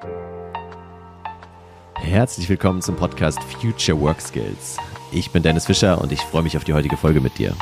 Herzlich willkommen zum Podcast Future Work Skills. Ich bin Dennis Fischer und ich freue mich auf die heutige Folge mit dir.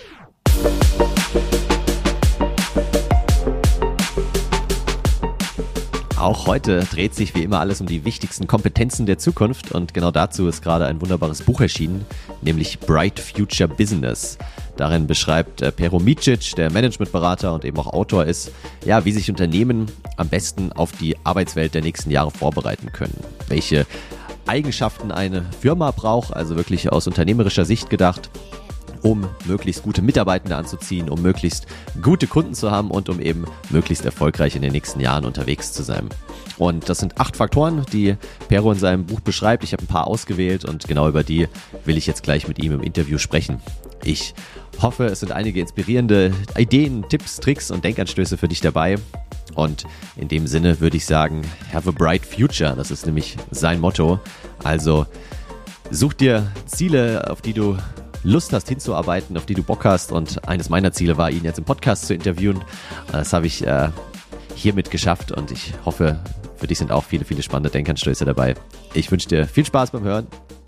Auch heute dreht sich wie immer alles um die wichtigsten Kompetenzen der Zukunft und genau dazu ist gerade ein wunderbares Buch erschienen, nämlich Bright Future Business. Darin beschreibt Pero Micic, der Managementberater und eben auch Autor ist, wie sich Unternehmen am besten auf die Arbeitswelt der nächsten Jahre vorbereiten können. Welche Eigenschaften eine Firma braucht, also wirklich aus unternehmerischer Sicht gedacht, um möglichst gute Mitarbeitende anzuziehen, um möglichst gute Kunden zu haben und um eben möglichst erfolgreich in den nächsten Jahren unterwegs zu sein. Und das sind 8 Faktoren, die Pero in seinem Buch beschreibt. Ich habe ein paar ausgewählt und genau über die will ich jetzt gleich mit ihm im Interview sprechen. Ich hoffe, es sind einige inspirierende Ideen, Tipps, Tricks und Denkanstöße für dich dabei. Und in dem Sinne würde ich sagen, have a bright future. Das ist nämlich sein Motto. Also such dir Ziele, auf die du Lust hast hinzuarbeiten, auf die du Bock hast. Und eines meiner Ziele war, ihn jetzt im Podcast zu interviewen. Das habe ich hiermit geschafft und ich hoffe, für dich sind auch viele, viele spannende Denkanstöße dabei. Ich wünsche dir viel Spaß beim Hören.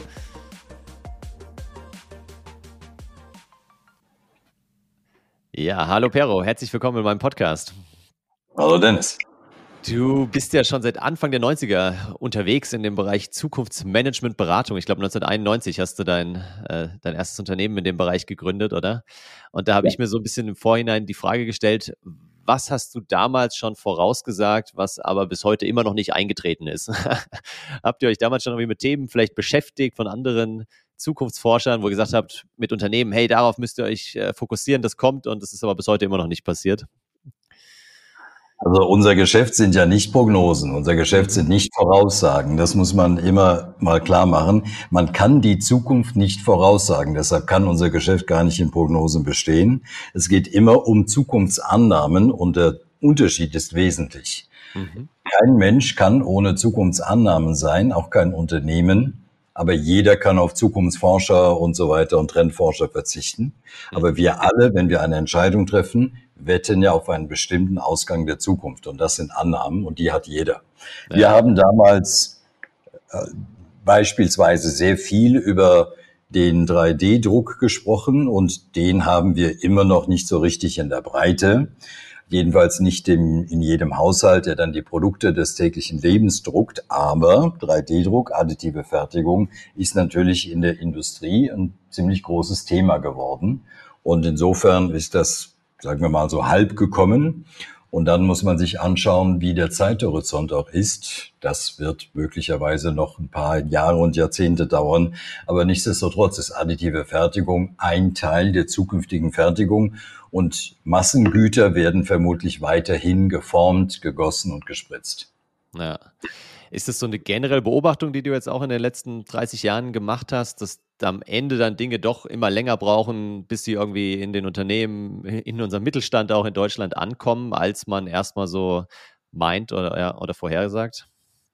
Ja, hallo Pero, herzlich willkommen in meinem Podcast. Hallo Dennis. Du bist ja schon seit Anfang der 90er unterwegs in dem Bereich Zukunftsmanagement-Beratung. Ich glaube, 1991 hast du dein erstes Unternehmen in dem Bereich gegründet, oder? Und da habe ich mir so ein bisschen im Vorhinein die Frage gestellt, was hast du damals schon vorausgesagt, was aber bis heute immer noch nicht eingetreten ist? Habt ihr euch damals schon irgendwie mit Themen vielleicht beschäftigt von anderen Zukunftsforschern, wo ihr gesagt habt, mit Unternehmen, hey, darauf müsst ihr euch fokussieren, das kommt und das ist aber bis heute immer noch nicht passiert? Also unser Geschäft sind ja nicht Prognosen, unser Geschäft sind nicht Voraussagen. Das muss man immer mal klar machen. Man kann die Zukunft nicht voraussagen, deshalb kann unser Geschäft gar nicht in Prognosen bestehen. Es geht immer um Zukunftsannahmen und der Unterschied ist wesentlich. Kein Mensch kann ohne Zukunftsannahmen sein, auch kein Unternehmen. Aber jeder kann auf Zukunftsforscher und so weiter und Trendforscher verzichten. Aber wir alle, wenn wir eine Entscheidung treffen, wetten ja auf einen bestimmten Ausgang der Zukunft. Und das sind Annahmen und die hat jeder. Ja. Wir haben damals beispielsweise sehr viel über den 3D-Druck gesprochen und den haben wir immer noch nicht so richtig in der Breite. Jedenfalls nicht in jedem Haushalt, der dann die Produkte des täglichen Lebens druckt. Aber 3D-Druck, additive Fertigung, ist natürlich in der Industrie ein ziemlich großes Thema geworden. Und insofern ist das, sagen wir mal, so halb gekommen. Und dann muss man sich anschauen, wie der Zeithorizont auch ist. Das wird möglicherweise noch ein paar Jahre und Jahrzehnte dauern. Aber nichtsdestotrotz ist additive Fertigung ein Teil der zukünftigen Fertigung. Und Massengüter werden vermutlich weiterhin geformt, gegossen und gespritzt. Ja. Ist das so eine generelle Beobachtung, die du jetzt auch in den letzten 30 Jahren gemacht hast, dass am Ende dann Dinge doch immer länger brauchen, bis sie irgendwie in den Unternehmen, in unserem Mittelstand auch in Deutschland ankommen, als man erstmal so meint oder vorhersagt?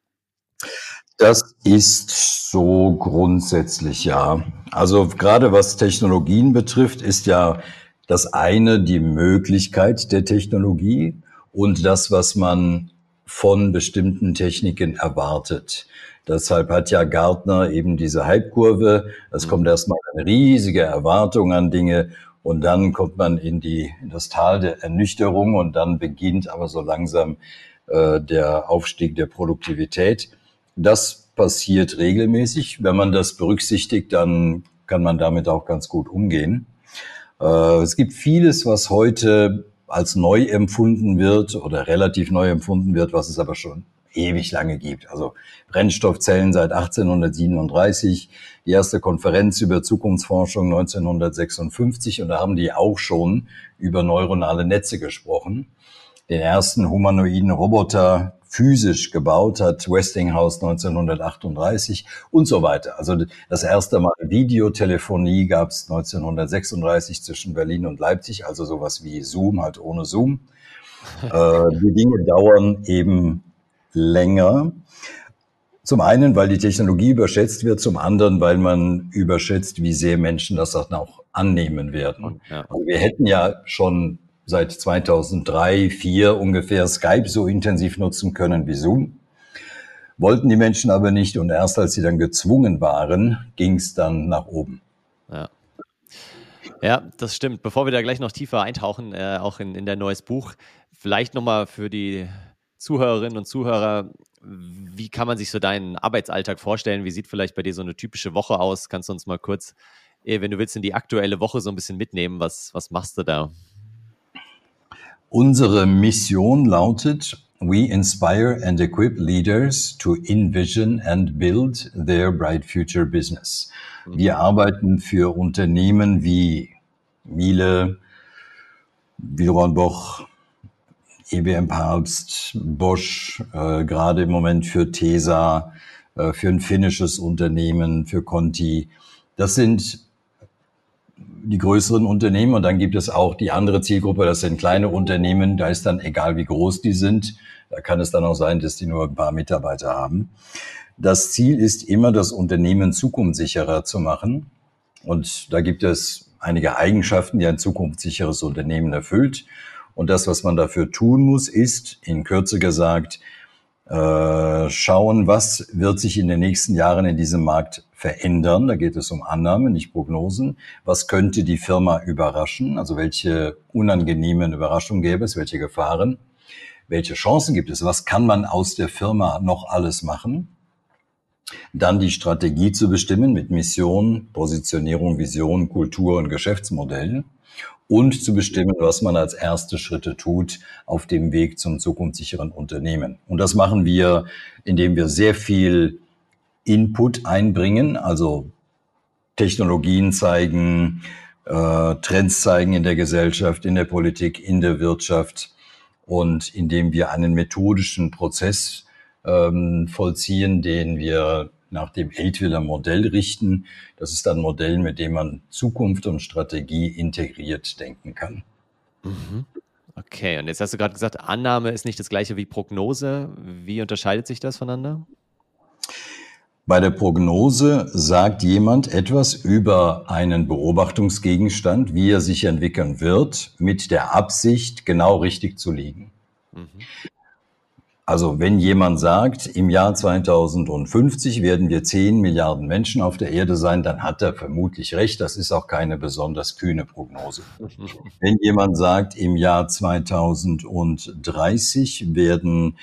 Das ist so grundsätzlich, ja. Also gerade was Technologien betrifft, ist ja das eine die Möglichkeit der Technologie und das, was man von bestimmten Techniken erwartet. Deshalb hat ja Gartner eben diese Hype-Kurve. Es kommt erstmal eine riesige Erwartung an Dinge und dann kommt man in das Tal der Ernüchterung und dann beginnt aber so langsam der Aufstieg der Produktivität. Das passiert regelmäßig. Wenn man das berücksichtigt, dann kann man damit auch ganz gut umgehen. Es gibt vieles, was heute als neu empfunden wird oder relativ neu empfunden wird, was es aber schon ewig lange gibt. Also Brennstoffzellen seit 1837, die erste Konferenz über Zukunftsforschung 1956 und da haben die auch schon über neuronale Netze gesprochen. Den ersten humanoiden Roboter physisch gebaut hat Westinghouse 1938 und so weiter. Also das erste Mal Videotelefonie gab es 1936 zwischen Berlin und Leipzig, also sowas wie Zoom, halt ohne Zoom. Die Dinge dauern eben länger. Zum einen, weil die Technologie überschätzt wird, zum anderen, weil man überschätzt, wie sehr Menschen das auch annehmen werden. Ja. Also wir hätten ja schon seit 2003, 2004 ungefähr Skype so intensiv nutzen können wie Zoom. Wollten die Menschen aber nicht und erst als sie dann gezwungen waren, ging es dann nach oben. Ja. Ja, das stimmt. Bevor wir da gleich noch tiefer eintauchen, auch in dein neues Buch, vielleicht nochmal für die Zuhörerinnen und Zuhörer, wie kann man sich so deinen Arbeitsalltag vorstellen? Wie sieht vielleicht bei dir so eine typische Woche aus? Kannst du uns mal kurz, wenn du willst, in die aktuelle Woche so ein bisschen mitnehmen? Was machst du da? Unsere Mission lautet: We inspire and equip leaders to envision and build their bright future business. Wir arbeiten für Unternehmen wie Miele, Wieland Boch, IBM Pabst, Bosch, gerade im Moment für Tesa, für ein finnisches Unternehmen, für Conti. Das sind die größeren Unternehmen, und dann gibt es auch die andere Zielgruppe, das sind kleine Unternehmen, da ist dann egal, wie groß die sind, da kann es dann auch sein, dass die nur ein paar Mitarbeiter haben. Das Ziel ist immer, das Unternehmen zukunftssicherer zu machen, und da gibt es einige Eigenschaften, die ein zukunftssicheres Unternehmen erfüllt, und das, was man dafür tun muss, ist, in Kürze gesagt, schauen, was wird sich in den nächsten Jahren in diesem Markt verändern. Da geht es um Annahmen, nicht Prognosen. Was könnte die Firma überraschen? Also welche unangenehmen Überraschungen gäbe es, welche Gefahren? Welche Chancen gibt es? Was kann man aus der Firma noch alles machen? Dann die Strategie zu bestimmen mit Mission, Positionierung, Vision, Kultur und Geschäftsmodell. Und zu bestimmen, was man als erste Schritte tut auf dem Weg zum zukunftssicheren Unternehmen. Und das machen wir, indem wir sehr viel Input einbringen, also Technologien zeigen, Trends zeigen in der Gesellschaft, in der Politik, in der Wirtschaft, und indem wir einen methodischen Prozess vollziehen, den wir nach dem Eltwiller Modell richten. Das ist ein Modell, mit dem man Zukunft und Strategie integriert denken kann. Okay, und jetzt hast du gerade gesagt, Annahme ist nicht das gleiche wie Prognose. Wie unterscheidet sich das voneinander? Bei der Prognose sagt jemand etwas über einen Beobachtungsgegenstand, wie er sich entwickeln wird, mit der Absicht, genau richtig zu liegen. Also wenn jemand sagt, im Jahr 2050 werden wir 10 Milliarden Menschen auf der Erde sein, dann hat er vermutlich recht. Das ist auch keine besonders kühne Prognose. Wenn jemand sagt, im Jahr 2030 werden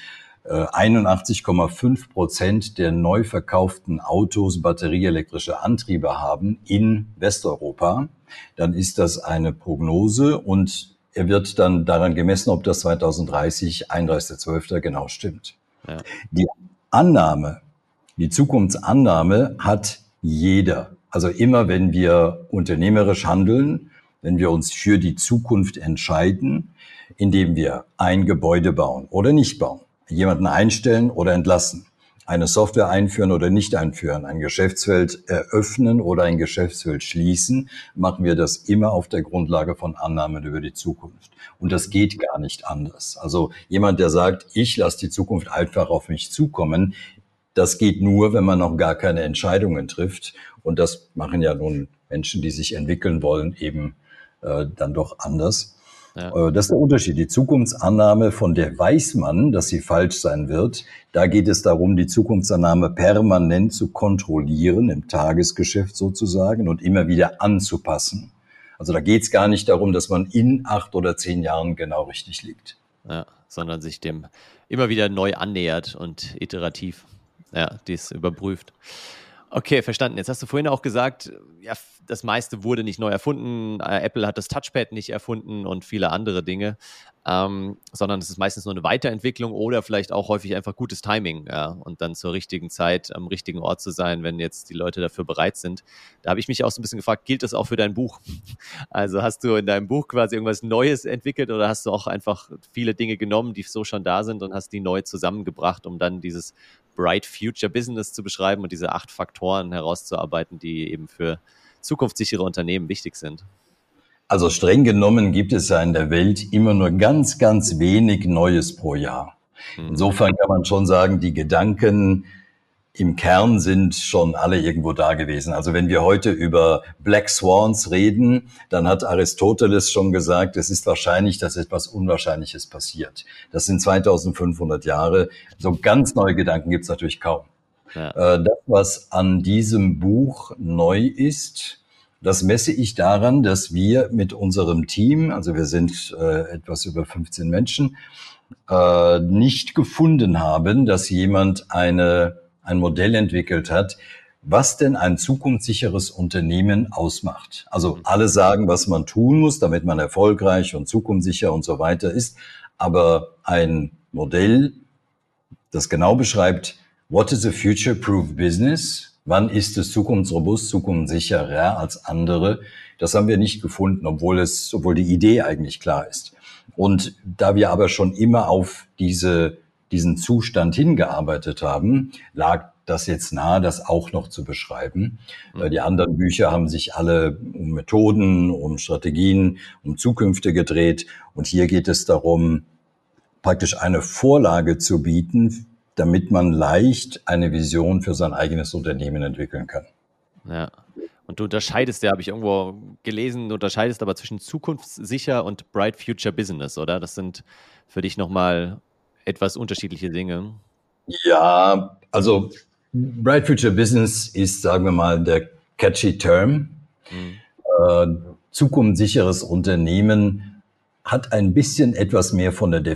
81,5% der neu verkauften Autos batterieelektrische Antriebe haben in Westeuropa, dann ist das eine Prognose, und er wird dann daran gemessen, ob das 2030, 31.12. genau stimmt. Ja. Die Annahme, die Zukunftsannahme hat jeder. Also immer, wenn wir unternehmerisch handeln, wenn wir uns für die Zukunft entscheiden, indem wir ein Gebäude bauen oder nicht bauen, jemanden einstellen oder entlassen, eine Software einführen oder nicht einführen, ein Geschäftsfeld eröffnen oder ein Geschäftsfeld schließen, machen wir das immer auf der Grundlage von Annahmen über die Zukunft. Und das geht gar nicht anders. Also jemand, der sagt, ich lasse die Zukunft einfach auf mich zukommen, das geht nur, wenn man noch gar keine Entscheidungen trifft. Und das machen ja nun Menschen, die sich entwickeln wollen, eben dann doch anders. Ja. Das ist der Unterschied. Die Zukunftsannahme, von der weiß man, dass sie falsch sein wird. Da geht es darum, die Zukunftsannahme permanent zu kontrollieren, im Tagesgeschäft sozusagen, und immer wieder anzupassen. Also da geht es gar nicht darum, dass man in 8 oder 10 Jahren genau richtig liegt. Ja, sondern sich dem immer wieder neu annähert und iterativ dies überprüft. Okay, verstanden. Jetzt hast du vorhin auch gesagt, ja, das meiste wurde nicht neu erfunden. Apple hat das Touchpad nicht erfunden und viele andere Dinge, sondern es ist meistens nur eine Weiterentwicklung oder vielleicht auch häufig einfach gutes Timing, ja, und dann zur richtigen Zeit am richtigen Ort zu sein, wenn jetzt die Leute dafür bereit sind. Da habe ich mich auch so ein bisschen gefragt, gilt das auch für dein Buch? Also hast du in deinem Buch quasi irgendwas Neues entwickelt oder hast du auch einfach viele Dinge genommen, die so schon da sind, und hast die neu zusammengebracht, um dann dieses Bright Future Business zu beschreiben und diese 8 Faktoren herauszuarbeiten, die eben für zukunftssichere Unternehmen wichtig sind? Also streng genommen gibt es ja in der Welt immer nur ganz, ganz wenig Neues pro Jahr. Insofern kann man schon sagen, die Gedanken im Kern sind schon alle irgendwo da gewesen. Also wenn wir heute über Black Swans reden, dann hat Aristoteles schon gesagt, es ist wahrscheinlich, dass etwas Unwahrscheinliches passiert. Das sind 2500 Jahre. So ganz neue Gedanken gibt es natürlich kaum. Ja. Das, was an diesem Buch neu ist, das messe ich daran, dass wir mit unserem Team, also wir sind etwas über 15 Menschen, nicht gefunden haben, dass jemand ein Modell entwickelt hat, was denn ein zukunftssicheres Unternehmen ausmacht. Also alle sagen, was man tun muss, damit man erfolgreich und zukunftssicher und so weiter ist. Aber ein Modell, das genau beschreibt, what is a future-proof business? Wann ist es zukunftsrobust, zukunftssicherer als andere? Das haben wir nicht gefunden, obwohl die Idee eigentlich klar ist. Und da wir aber schon immer auf diesen Zustand hingearbeitet haben, lag das jetzt nahe, das auch noch zu beschreiben. Die anderen Bücher haben sich alle um Methoden, um Strategien, um Zukünfte gedreht. Und hier geht es darum, praktisch eine Vorlage zu bieten, damit man leicht eine Vision für sein eigenes Unternehmen entwickeln kann. Ja. Und du unterscheidest, ja, habe ich irgendwo gelesen, du unterscheidest aber zwischen zukunftssicher und Bright Future Business, oder? Das sind für dich nochmal etwas unterschiedliche Dinge. Ja, also Bright Future Business ist, sagen wir mal, der catchy Term. Zukunftssicheres Unternehmen hat ein bisschen etwas mehr von der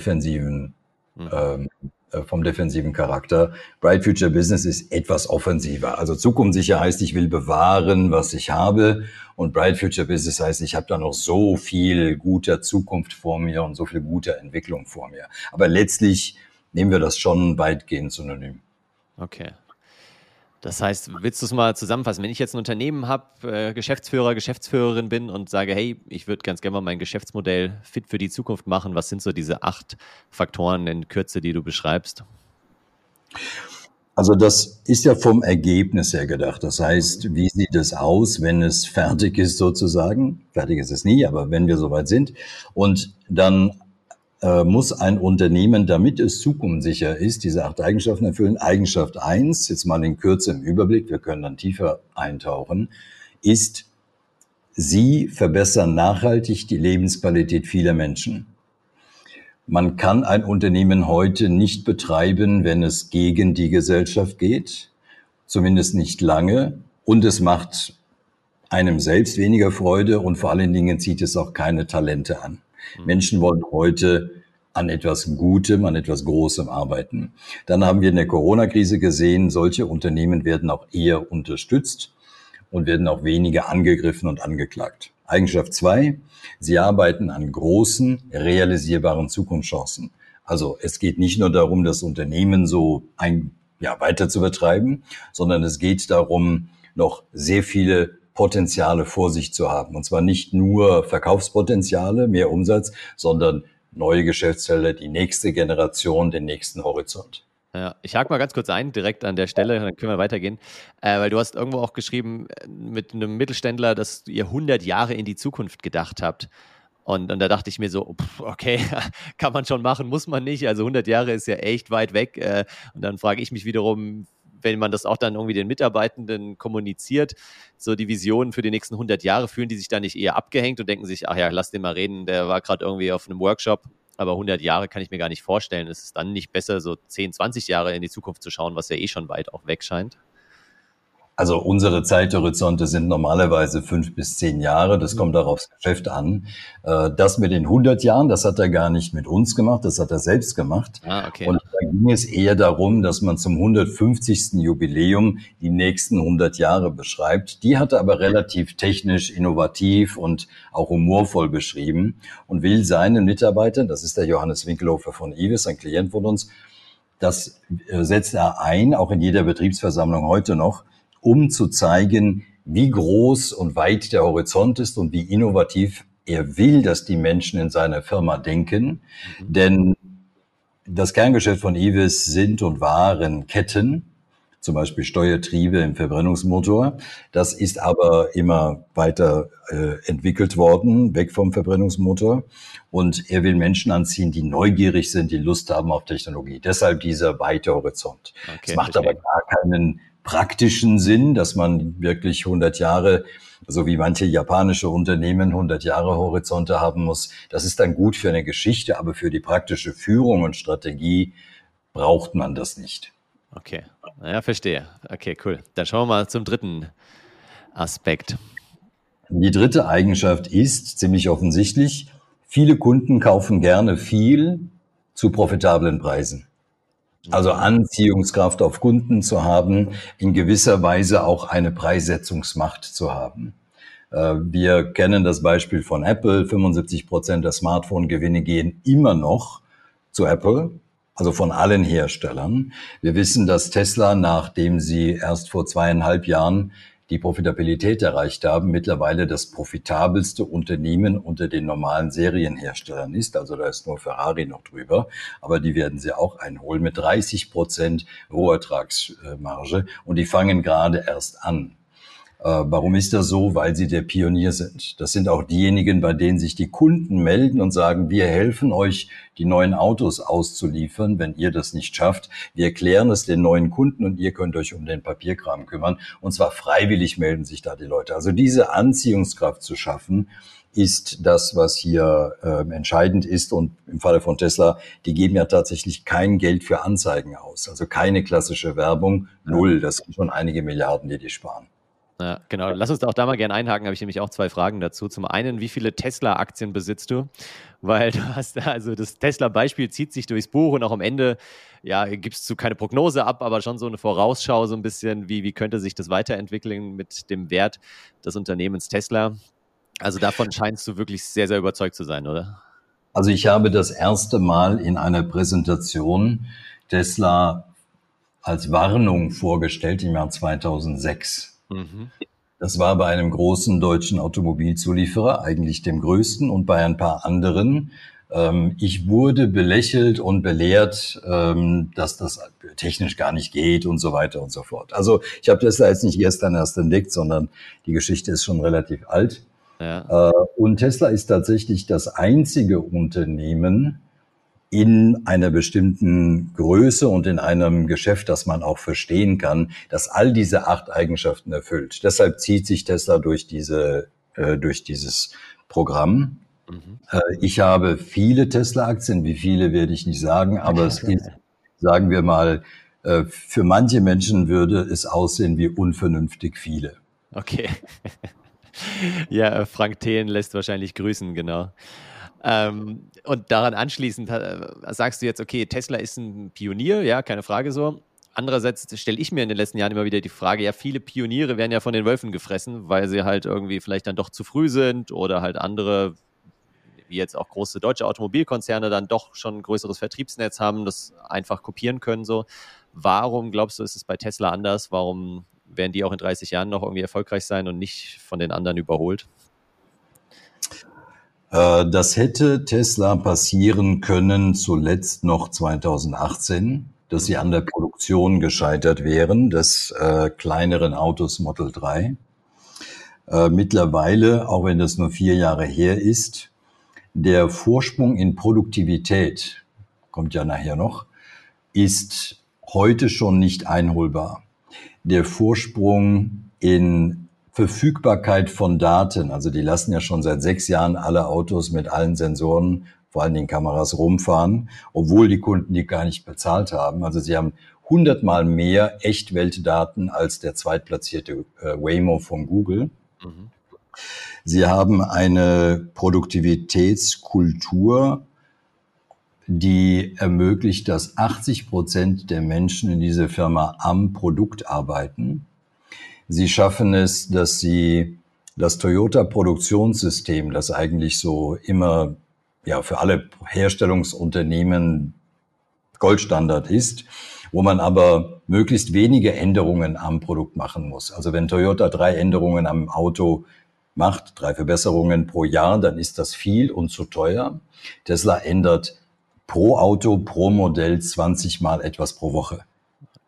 vom defensiven Charakter. Bright Future Business ist etwas offensiver. Also zukunftssicher heißt, ich will bewahren, was ich habe. Und Bright Future Business heißt, ich habe da noch so viel guter Zukunft vor mir und so viel guter Entwicklung vor mir. Aber letztlich nehmen wir das schon weitgehend synonym. Okay. Das heißt, willst du es mal zusammenfassen? Wenn ich jetzt ein Unternehmen habe, Geschäftsführer, Geschäftsführerin bin und sage, hey, ich würde ganz gerne mal mein Geschäftsmodell fit für die Zukunft machen, was sind so diese 8 Faktoren in Kürze, die du beschreibst? Also das ist ja vom Ergebnis her gedacht. Das heißt, wie sieht es aus, wenn es fertig ist sozusagen? Fertig ist es nie, aber wenn wir soweit sind. Und dann muss ein Unternehmen, damit es zukunftssicher ist, diese 8 Eigenschaften erfüllen. Eigenschaft 1, jetzt mal in Kürze im Überblick, wir können dann tiefer eintauchen, ist, sie verbessern nachhaltig die Lebensqualität vieler Menschen. Man kann ein Unternehmen heute nicht betreiben, wenn es gegen die Gesellschaft geht, zumindest nicht lange, und es macht einem selbst weniger Freude und vor allen Dingen zieht es auch keine Talente an. Menschen wollen heute an etwas Gutem, an etwas Großem arbeiten. Dann haben wir in der Corona-Krise gesehen, solche Unternehmen werden auch eher unterstützt und werden auch weniger angegriffen und angeklagt. Eigenschaft 2, sie arbeiten an großen, realisierbaren Zukunftschancen. Also es geht nicht nur darum, das Unternehmen weiter zu betreiben, sondern es geht darum, noch sehr viele Potenziale vor sich zu haben. Und zwar nicht nur Verkaufspotenziale, mehr Umsatz, sondern neue Geschäftsfelder, die nächste Generation, den nächsten Horizont. Ja, ich hake mal ganz kurz ein, direkt an der Stelle, dann können wir weitergehen. Weil du hast irgendwo auch geschrieben mit einem Mittelständler, dass ihr 100 Jahre in die Zukunft gedacht habt. Und da dachte ich mir so, okay, kann man schon machen, muss man nicht. Also 100 Jahre ist ja echt weit weg. Und dann frage ich mich wiederum, wenn man das auch dann irgendwie den Mitarbeitenden kommuniziert, so die Visionen für die nächsten 100 Jahre, fühlen die sich da nicht eher abgehängt und denken sich, ach ja, lass den mal reden, der war gerade irgendwie auf einem Workshop, aber 100 Jahre kann ich mir gar nicht vorstellen. Ist es dann nicht besser, so 10, 20 Jahre in die Zukunft zu schauen, was ja eh schon weit auch weg scheint? Also unsere Zeithorizonte sind normalerweise 5 bis 10 Jahre. Das kommt auch aufs Geschäft an. Das mit den 100 Jahren, das hat er gar nicht mit uns gemacht, das hat er selbst gemacht. Okay. Und da ging es eher darum, dass man zum 150. Jubiläum die nächsten 100 Jahre beschreibt. Die hat er aber relativ technisch, innovativ und auch humorvoll beschrieben und will seinen Mitarbeitern, das ist der Johannes Winkelhofer von IWES, ein Klient von uns, das setzt er ein, auch in jeder Betriebsversammlung heute noch, um zu zeigen, wie groß und weit der Horizont ist und wie innovativ er will, dass die Menschen in seiner Firma denken. Denn das Kerngeschäft von IWES sind und waren Ketten. zum Beispiel Steuertriebe im Verbrennungsmotor. Das ist aber immer weiter entwickelt worden, weg vom Verbrennungsmotor. Und er will Menschen anziehen, die neugierig sind, die Lust haben auf Technologie. Deshalb dieser weite Horizont. Es macht aber gar keinen praktischen Sinn, dass man wirklich 100 Jahre, so wie manche japanische Unternehmen 100 Jahre Horizonte haben muss. Das ist dann gut für eine Geschichte, aber für die praktische Führung und Strategie braucht man das nicht. Okay, ja, verstehe. Okay, cool. Dann schauen wir mal zum dritten Aspekt. Die dritte Eigenschaft ist ziemlich offensichtlich: Viele Kunden kaufen gerne viel zu profitablen Preisen. Also Anziehungskraft auf Kunden zu haben, in gewisser Weise auch eine Preissetzungsmacht zu haben. Wir kennen das Beispiel von Apple. 75% der Smartphone-Gewinne gehen immer noch zu Apple, also von allen Herstellern. Wir wissen, dass Tesla, nachdem sie erst vor 2,5 Jahren die Profitabilität erreicht haben, mittlerweile das profitabelste Unternehmen unter den normalen Serienherstellern ist. Also da ist nur Ferrari noch drüber, aber die werden sie auch einholen mit 30% Rohertragsmarge und die fangen gerade erst an. Warum ist das so? Weil sie der Pionier sind. Das sind auch diejenigen, bei denen sich die Kunden melden und sagen, wir helfen euch, die neuen Autos auszuliefern, wenn ihr das nicht schafft. Wir erklären es den neuen Kunden und ihr könnt euch um den Papierkram kümmern. Und zwar freiwillig melden sich da die Leute. Also diese Anziehungskraft zu schaffen, ist das, was hier entscheidend ist. Und im Falle von Tesla, die geben ja tatsächlich kein Geld für Anzeigen aus. Also keine klassische Werbung, null. Das sind schon einige Milliarden, die sparen. Ja, genau. Lass uns auch da mal gerne einhaken, habe ich nämlich auch 2 Fragen dazu. Zum einen, wie viele Tesla-Aktien besitzt du? Weil du hast, also das Tesla-Beispiel zieht sich durchs Buch und auch am Ende, ja, gibst du keine Prognose ab, aber schon so eine Vorausschau, so ein bisschen, wie könnte sich das weiterentwickeln mit dem Wert des Unternehmens Tesla? Also davon scheinst du wirklich sehr, sehr überzeugt zu sein, oder? Also ich habe das erste Mal in einer Präsentation Tesla als Warnung vorgestellt im Jahr 2006. Das war bei einem großen deutschen Automobilzulieferer, eigentlich dem größten, und bei ein paar anderen. Ich wurde belächelt und belehrt, dass das technisch gar nicht geht und so weiter und so fort. Also ich habe Tesla jetzt nicht gestern erst entdeckt, sondern die Geschichte ist schon relativ alt. Ja. Und Tesla ist tatsächlich das einzige Unternehmen in einer bestimmten Größe und in einem Geschäft, das man auch verstehen kann, das all diese 8 Eigenschaften erfüllt. Deshalb zieht sich Tesla durch dieses Programm. Ich habe viele Tesla-Aktien, wie viele werde ich nicht sagen, aber es ist, sagen wir mal, für manche Menschen würde es aussehen wie unvernünftig viele. Okay. Ja, Frank Thelen lässt wahrscheinlich grüßen, genau. Und daran anschließend sagst du jetzt, okay, Tesla ist ein Pionier, ja, keine Frage so. Andererseits stelle ich mir in den letzten Jahren immer wieder die Frage, ja, viele Pioniere werden ja von den Wölfen gefressen, weil sie halt irgendwie vielleicht dann doch zu früh sind oder halt andere, wie jetzt auch große deutsche Automobilkonzerne, dann doch schon ein größeres Vertriebsnetz haben, das einfach kopieren können so. Warum glaubst du, ist es bei Tesla anders? Warum werden die auch in 30 Jahren noch irgendwie erfolgreich sein und nicht von den anderen überholt? Das hätte Tesla passieren können, zuletzt noch 2018, dass sie an der Produktion gescheitert wären, des kleineren Autos Model 3. Mittlerweile, auch wenn das nur 4 Jahre her ist, der Vorsprung in Produktivität, kommt ja nachher noch, ist heute schon nicht einholbar. Der Vorsprung in Verfügbarkeit von Daten, also die lassen ja schon seit 6 Jahren alle Autos mit allen Sensoren, vor allen Dingen Kameras, rumfahren, obwohl die Kunden die gar nicht bezahlt haben. Also sie haben 100-mal mehr Echtweltdaten als der zweitplatzierte Waymo von Google. Sie haben eine Produktivitätskultur, die ermöglicht, dass 80% der Menschen in dieser Firma am Produkt arbeiten. Sie schaffen es, dass sie das Toyota-Produktionssystem, das eigentlich so immer für alle Herstellungsunternehmen Goldstandard ist, wo man aber möglichst wenige Änderungen am Produkt machen muss. Also wenn Toyota 3 Änderungen am Auto macht, 3 Verbesserungen pro Jahr, dann ist das viel und zu teuer. Tesla ändert pro Auto, pro Modell 20 Mal etwas pro Woche.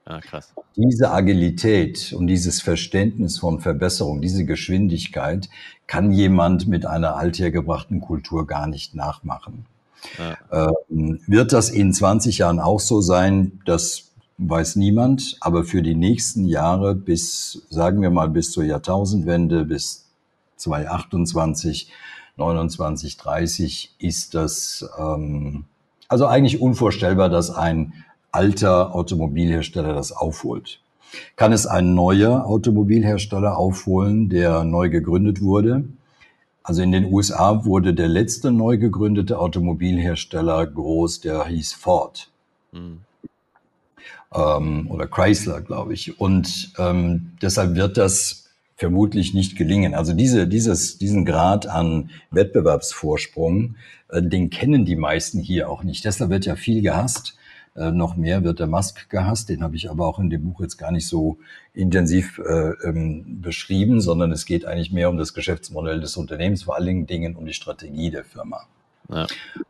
Ah, krass. Diese Agilität und dieses Verständnis von Verbesserung, diese Geschwindigkeit kann jemand mit einer althergebrachten Kultur gar nicht nachmachen. Ja. Wird das in 20 Jahren auch so sein? Das weiß niemand. Aber für die nächsten Jahre bis, sagen wir mal, bis zur Jahrtausendwende, bis 2028, 29, 30 ist das also eigentlich unvorstellbar, dass ein alter Automobilhersteller das aufholt. Kann es ein neuer Automobilhersteller aufholen, der neu gegründet wurde? Also in den USA wurde der letzte neu gegründete Automobilhersteller groß, der hieß Ford. Mhm. Oder Chrysler, glaube ich. Und deshalb wird das vermutlich nicht gelingen. Also diesen Grad an Wettbewerbsvorsprung, den kennen die meisten hier auch nicht. Tesla wird ja viel gehasst. Noch mehr wird der Musk gehasst. Den habe ich aber auch in dem Buch jetzt gar nicht so intensiv beschrieben, sondern es geht eigentlich mehr um das Geschäftsmodell des Unternehmens, vor allen Dingen um die Strategie der Firma. Ja.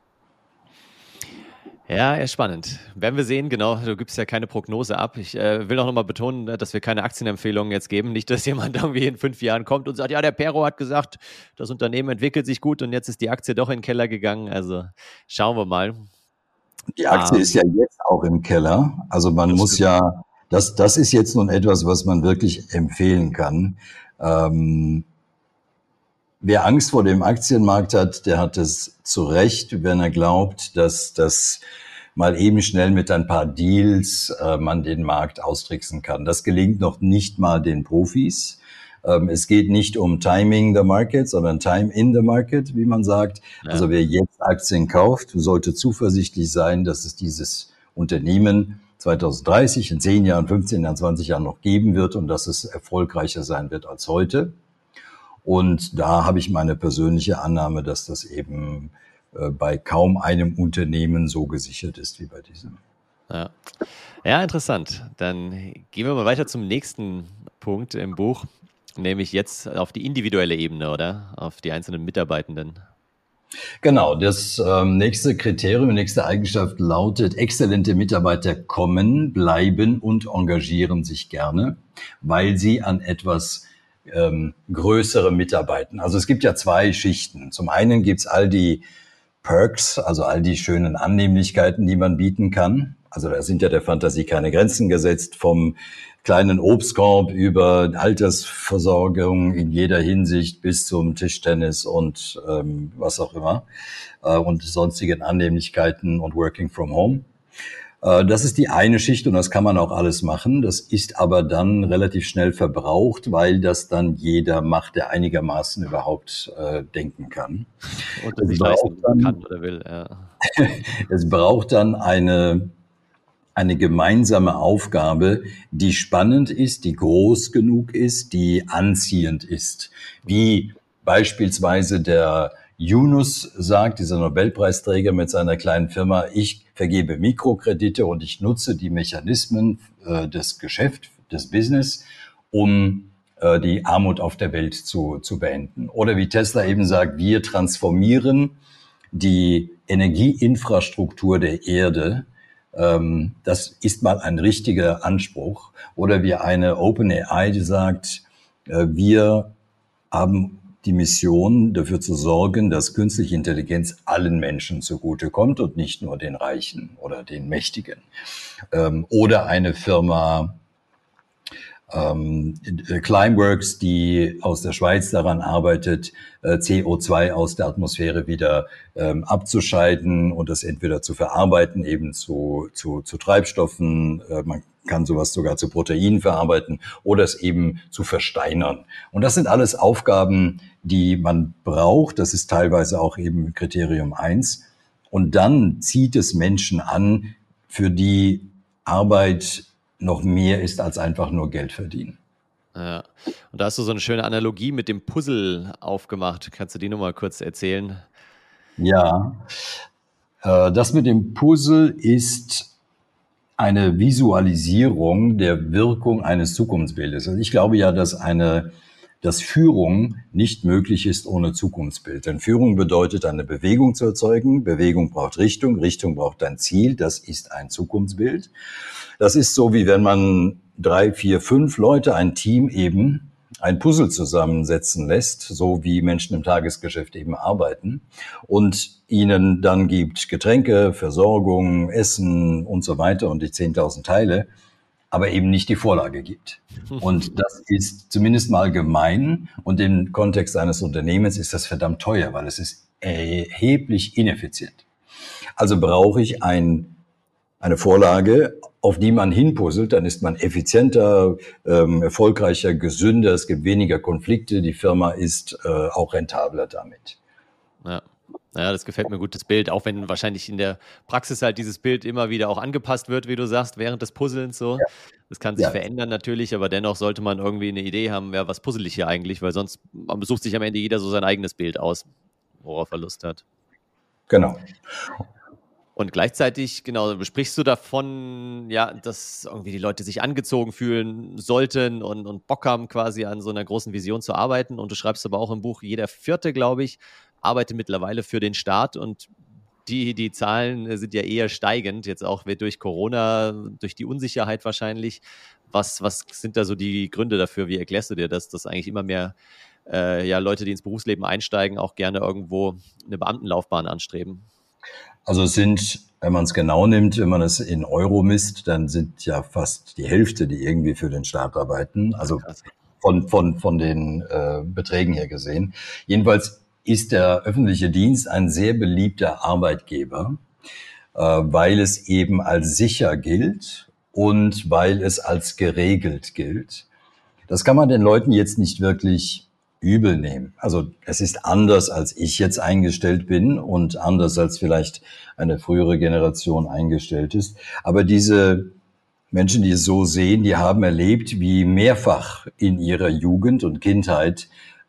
Ja, ja, spannend. Werden wir sehen, genau. Du gibst ja keine Prognose ab. Ich will auch nochmal betonen, dass wir keine Aktienempfehlungen jetzt geben. Nicht, dass jemand irgendwie in 5 Jahren kommt und sagt, ja, der Pero hat gesagt, das Unternehmen entwickelt sich gut und jetzt ist die Aktie doch in den Keller gegangen. Also schauen wir mal. Die Aktie ist ja jetzt auch im Keller. Also man muss stimmt. ja, das ist jetzt nun etwas, was man wirklich empfehlen kann. Wer Angst vor dem Aktienmarkt hat, der hat es zu Recht, wenn er glaubt, dass das mal eben schnell mit ein paar Deals man den Markt austricksen kann. Das gelingt noch nicht mal den Profis. Es geht nicht um Timing the Market, sondern Time in the Market, wie man sagt. Ja. Also wer jetzt Aktien kauft, sollte zuversichtlich sein, dass es dieses Unternehmen 2030, in 10 Jahren, 15 Jahren, 20 Jahren noch geben wird und dass es erfolgreicher sein wird als heute. Und da habe ich meine persönliche Annahme, dass das eben bei kaum einem Unternehmen so gesichert ist wie bei diesem. Ja. Ja, interessant. Dann gehen wir mal weiter zum nächsten Punkt im Buch, nämlich jetzt auf die individuelle Ebene, oder? Auf die einzelnen Mitarbeitenden. Genau, das nächste Kriterium, nächste Eigenschaft lautet, exzellente Mitarbeiter kommen, bleiben und engagieren sich gerne, weil sie an etwas größere mitarbeiten. Also es gibt ja 2 Schichten. Zum einen gibt's all die Perks, also all die schönen Annehmlichkeiten, die man bieten kann. Also da sind ja der Fantasie keine Grenzen gesetzt, vom kleinen Obstkorb über Altersversorgung in jeder Hinsicht bis zum Tischtennis und was auch immer und sonstigen Annehmlichkeiten und Working from Home. Das ist die eine Schicht und das kann man auch alles machen. Das ist aber dann relativ schnell verbraucht, weil das dann jeder macht, der einigermaßen überhaupt denken kann. Oder sich leisten kann oder will. Ja. Es braucht dann eine gemeinsame Aufgabe, die spannend ist, die groß genug ist, die anziehend ist. Wie beispielsweise der Yunus sagt, dieser Nobelpreisträger mit seiner kleinen Firma, ich vergebe Mikrokredite und ich nutze die Mechanismen des Geschäfts, des Business, um die Armut auf der Welt zu beenden. Oder wie Tesla eben sagt, wir transformieren die Energieinfrastruktur der Erde. Das ist mal ein richtiger Anspruch. Oder wie eine OpenAI, die sagt, wir haben die Mission, dafür zu sorgen, dass künstliche Intelligenz allen Menschen zugutekommt und nicht nur den Reichen oder den Mächtigen. Oder eine Firma Climeworks, die aus der Schweiz daran arbeitet, CO2 aus der Atmosphäre wieder abzuscheiden und das entweder zu verarbeiten, eben zu Treibstoffen, man kann sowas sogar zu Proteinen verarbeiten oder es eben zu versteinern. Und das sind alles Aufgaben, die man braucht. Das ist teilweise auch eben Kriterium 1. Und dann zieht es Menschen an, für die Arbeit noch mehr ist als einfach nur Geld verdienen. Ja. Und da hast du so eine schöne Analogie mit dem Puzzle aufgemacht. Kannst du die nochmal kurz erzählen? Ja, das mit dem Puzzle ist eine Visualisierung der Wirkung eines Zukunftsbildes. Also ich glaube ja, dass dass Führung nicht möglich ist ohne Zukunftsbild. Denn Führung bedeutet, eine Bewegung zu erzeugen. Bewegung braucht Richtung, Richtung braucht ein Ziel. Das ist ein Zukunftsbild. Das ist so, wie wenn man 3, 4, 5 Leute, ein Team eben, ein Puzzle zusammensetzen lässt, so wie Menschen im Tagesgeschäft eben arbeiten und ihnen dann gibt Getränke, Versorgung, Essen und so weiter und die 10.000 Teile, aber eben nicht die Vorlage gibt. Und das ist zumindest mal gemein und im Kontext eines Unternehmens ist das verdammt teuer, weil es ist erheblich ineffizient. Also brauche ich eine Vorlage, auf die man hinpuzzelt, dann ist man effizienter, erfolgreicher, gesünder, es gibt weniger Konflikte, die Firma ist auch rentabler damit. Ja. Ja, das gefällt mir gut, das Bild, auch wenn wahrscheinlich in der Praxis halt dieses Bild immer wieder auch angepasst wird, wie du sagst, während des Puzzlens so. Ja. Das kann sich verändern natürlich, aber dennoch sollte man irgendwie eine Idee haben, ja, was puzzle ich hier eigentlich, weil sonst sucht sich am Ende jeder so sein eigenes Bild aus, worauf er Lust hat. Genau. Und gleichzeitig, genau, sprichst du davon, ja, dass irgendwie die Leute sich angezogen fühlen sollten und Bock haben, quasi an so einer großen Vision zu arbeiten. Und du schreibst aber auch im Buch, jeder Vierte, glaube ich, arbeitet mittlerweile für den Staat und die Zahlen sind ja eher steigend, jetzt auch durch Corona, durch die Unsicherheit wahrscheinlich. Was sind da so die Gründe dafür? Wie erklärst du dir das, dass eigentlich immer mehr Leute, die ins Berufsleben einsteigen, auch gerne irgendwo eine Beamtenlaufbahn anstreben? Also es sind, wenn man es genau nimmt, wenn man es in Euro misst, dann sind ja fast die Hälfte, die irgendwie für den Staat arbeiten. Also von den Beträgen her gesehen. Jedenfalls ist der öffentliche Dienst ein sehr beliebter Arbeitgeber, weil es eben als sicher gilt und weil es als geregelt gilt. Das kann man den Leuten jetzt nicht wirklich übel nehmen. Also es ist anders, als ich jetzt eingestellt bin und anders, als vielleicht eine frühere Generation eingestellt ist. Aber diese Menschen, die es so sehen, die haben erlebt, wie mehrfach in ihrer Jugend und Kindheit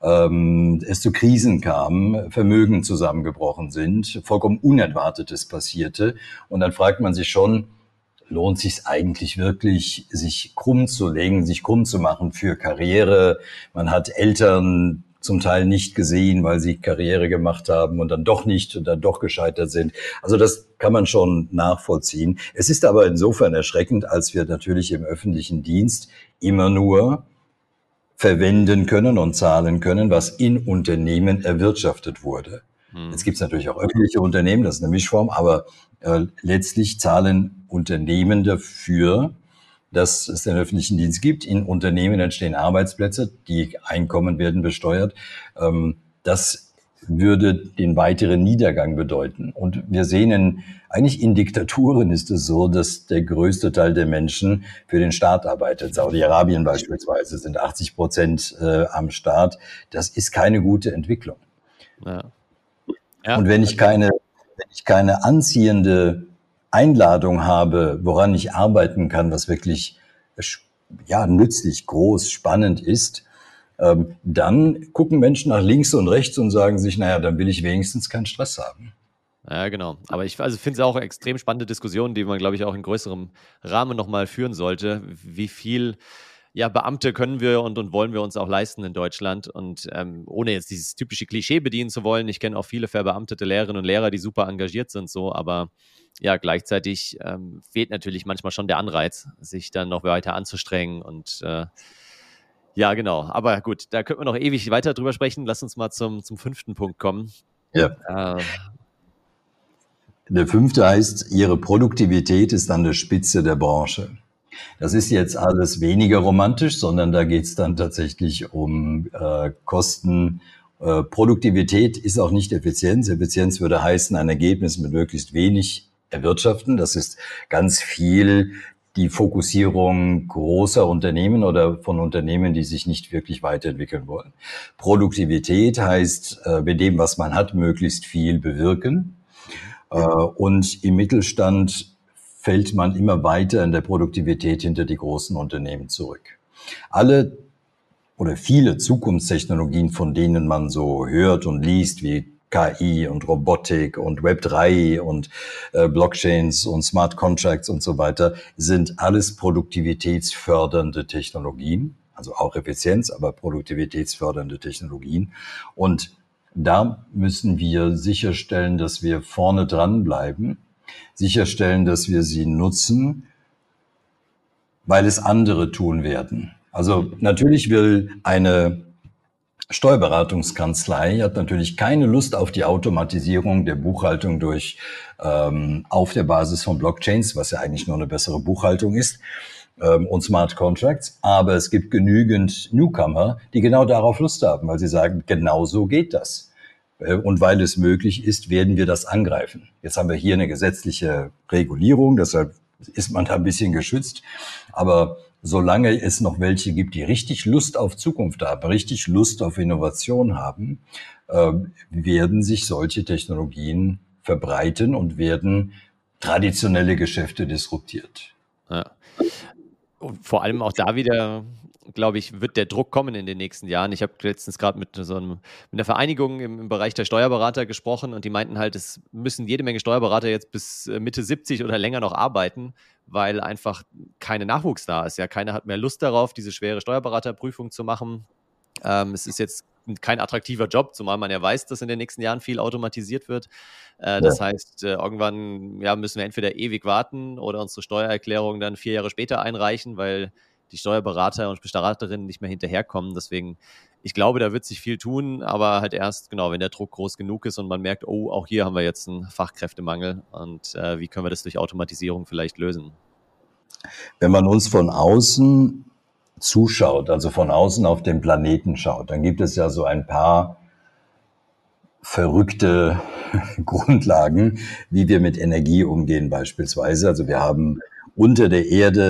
es zu Krisen kam, Vermögen zusammengebrochen sind, vollkommen Unerwartetes passierte. Und dann fragt man sich schon, lohnt sich eigentlich wirklich, sich krumm zu legen, sich krumm zu machen für Karriere? Man hat Eltern zum Teil nicht gesehen, weil sie Karriere gemacht haben und dann doch nicht und dann doch gescheitert sind. Also das kann man schon nachvollziehen. Es ist aber insofern erschreckend, als wir natürlich im öffentlichen Dienst immer nur verwenden können und zahlen können, was in Unternehmen erwirtschaftet wurde. Jetzt gibt es natürlich auch öffentliche Unternehmen, das ist eine Mischform, aber letztlich zahlen Unternehmen dafür, dass es den öffentlichen Dienst gibt. In Unternehmen entstehen Arbeitsplätze, die Einkommen werden besteuert. Das würde den weiteren Niedergang bedeuten. Und wir sehen eigentlich in Diktaturen ist es so, dass der größte Teil der Menschen für den Staat arbeitet. Saudi-Arabien beispielsweise sind 80% am Staat. Das ist keine gute Entwicklung. Ja. Ja. Und wenn ich keine anziehende Einladung habe, woran ich arbeiten kann, was wirklich nützlich, groß, spannend ist, dann gucken Menschen nach links und rechts und sagen sich, naja, dann will ich wenigstens keinen Stress haben. Ja, genau. Aber ich finde es auch eine extrem spannende Diskussion, die man, glaube ich, auch in größerem Rahmen nochmal führen sollte. Wie viel Beamte können wir und wollen wir uns auch leisten in Deutschland? Und ohne jetzt dieses typische Klischee bedienen zu wollen, ich kenne auch viele verbeamtete Lehrerinnen und Lehrer, die super engagiert sind, so, aber ja, gleichzeitig fehlt natürlich manchmal schon der Anreiz, sich dann noch weiter anzustrengen und ja, genau. Aber gut, da könnten wir noch ewig weiter drüber sprechen. Lass uns mal zum 5. Punkt kommen. Ja. Der 5. heißt, Ihre Produktivität ist an der Spitze der Branche. Das ist jetzt alles weniger romantisch, sondern da geht es dann tatsächlich um Kosten. Produktivität ist auch nicht Effizienz. Effizienz würde heißen, ein Ergebnis mit möglichst wenig erwirtschaften. Das ist ganz viel die Fokussierung großer Unternehmen oder von Unternehmen, die sich nicht wirklich weiterentwickeln wollen. Produktivität heißt, mit dem, was man hat, möglichst viel bewirken. Und im Mittelstand fällt man immer weiter in der Produktivität hinter die großen Unternehmen zurück. Alle oder viele Zukunftstechnologien, von denen man so hört und liest, wie KI und Robotik und Web3 und Blockchains und Smart Contracts und so weiter, sind alles produktivitätsfördernde Technologien. also auch Effizienz, aber produktivitätsfördernde Technologien. Und da müssen wir sicherstellen, dass wir vorne dranbleiben, sicherstellen, dass wir sie nutzen, weil es andere tun werden. Also natürlich will eine Steuerberatungskanzlei hat natürlich keine Lust auf die Automatisierung der Buchhaltung durch auf der Basis von Blockchains, was ja eigentlich nur eine bessere Buchhaltung ist, und Smart Contracts. Aber es gibt genügend Newcomer, die genau darauf Lust haben, weil sie sagen, genau so geht das. Und weil es möglich ist, werden wir das angreifen. Jetzt haben wir hier eine gesetzliche Regulierung, deshalb ist man da ein bisschen geschützt. Aber solange es noch welche gibt, die richtig Lust auf Zukunft haben, richtig Lust auf Innovation haben, werden sich solche Technologien verbreiten und werden traditionelle Geschäfte disruptiert. Ja. Und vor allem auch da wieder, glaube ich, wird der Druck kommen in den nächsten Jahren. Ich habe letztens gerade mit einer Vereinigung im Bereich der Steuerberater gesprochen und die meinten halt, es müssen jede Menge Steuerberater jetzt bis Mitte 70 oder länger noch arbeiten, weil einfach keine Nachwuchs da ist. Ja, keiner hat mehr Lust darauf, diese schwere Steuerberaterprüfung zu machen. Es ist jetzt kein attraktiver Job, zumal man ja weiß, dass in den nächsten Jahren viel automatisiert wird. Das heißt, irgendwann müssen wir entweder ewig warten oder unsere Steuererklärung dann 4 Jahre später einreichen, weil die Steuerberater und Beraterinnen nicht mehr hinterherkommen. Deswegen, ich glaube, da wird sich viel tun, aber halt erst, genau, wenn der Druck groß genug ist und man merkt, oh, auch hier haben wir jetzt einen Fachkräftemangel und wie können wir das durch Automatisierung vielleicht lösen? Wenn man uns von außen zuschaut, also von außen auf den Planeten schaut, dann gibt es ja so ein paar verrückte Grundlagen, wie wir mit Energie umgehen beispielsweise. Also wir haben unter der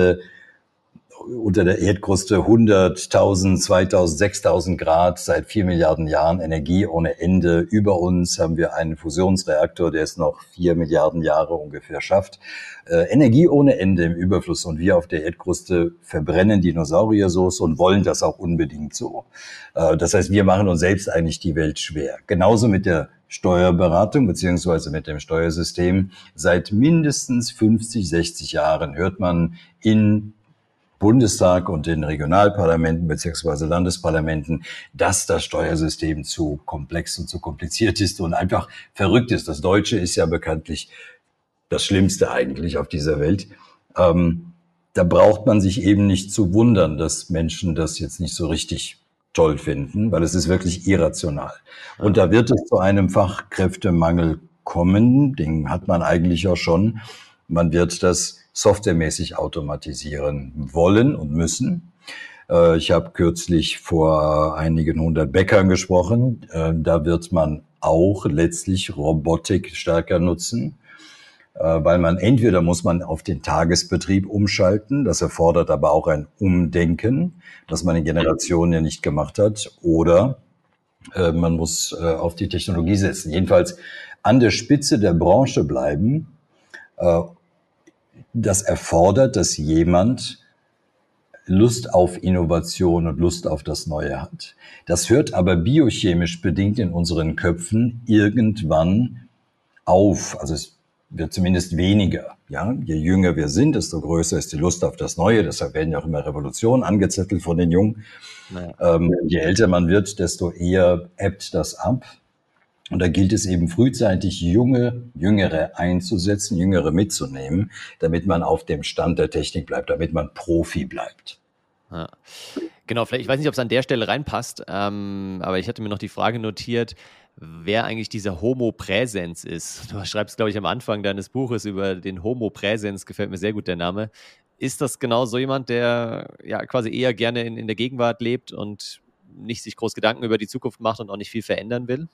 Erdkruste 100.000, 2.000, 6.000 Grad seit 4 Milliarden Jahren Energie ohne Ende. Über uns haben wir einen Fusionsreaktor, der es noch 4 Milliarden Jahre ungefähr schafft. Energie ohne Ende im Überfluss und wir auf der Erdkruste verbrennen Dinosauriersoße und wollen das auch unbedingt so. Das heißt, wir machen uns selbst eigentlich die Welt schwer. Genauso mit der Steuerberatung beziehungsweise mit dem Steuersystem. Seit mindestens 50, 60 Jahren hört man in Bundestag und in Regionalparlamenten beziehungsweise Landesparlamenten, dass das Steuersystem zu komplex und zu kompliziert ist und einfach verrückt ist. Das Deutsche ist ja bekanntlich das Schlimmste eigentlich auf dieser Welt. Da braucht man sich eben nicht zu wundern, dass Menschen das jetzt nicht so richtig toll finden, weil es ist wirklich irrational. Und da wird es zu einem Fachkräftemangel kommen, den hat man eigentlich auch schon. Man wird das softwaremäßig automatisieren wollen und müssen. Ich habe kürzlich vor einigen 100 Bäckern gesprochen. Da wird man auch letztlich Robotik stärker nutzen, weil man entweder muss man auf den Tagesbetrieb umschalten, das erfordert aber auch ein Umdenken, das man in Generationen ja nicht gemacht hat, oder man muss auf die Technologie setzen. Jedenfalls an der Spitze der Branche bleiben. Das erfordert, dass jemand Lust auf Innovation und Lust auf das Neue hat. Das hört aber biochemisch bedingt in unseren Köpfen irgendwann auf. Also es wird zumindest weniger. Ja, je jünger wir sind, desto größer ist die Lust auf das Neue. Deshalb werden ja auch immer Revolutionen angezettelt von den Jungen. Naja. Je älter man wird, desto eher ebbt das ab. Und da gilt es eben frühzeitig, Jüngere einzusetzen, Jüngere mitzunehmen, damit man auf dem Stand der Technik bleibt, damit man Profi bleibt. Ja. Genau, vielleicht, ich weiß nicht, ob es an der Stelle reinpasst, aber ich hatte mir noch die Frage notiert, wer eigentlich dieser Homo Praesens ist. Du schreibst, glaube ich, am Anfang deines Buches über den Homo Praesens, gefällt mir sehr gut der Name. Ist das genau so jemand, der ja quasi eher gerne in der Gegenwart lebt und nicht sich groß Gedanken über die Zukunft macht und auch nicht viel verändern will?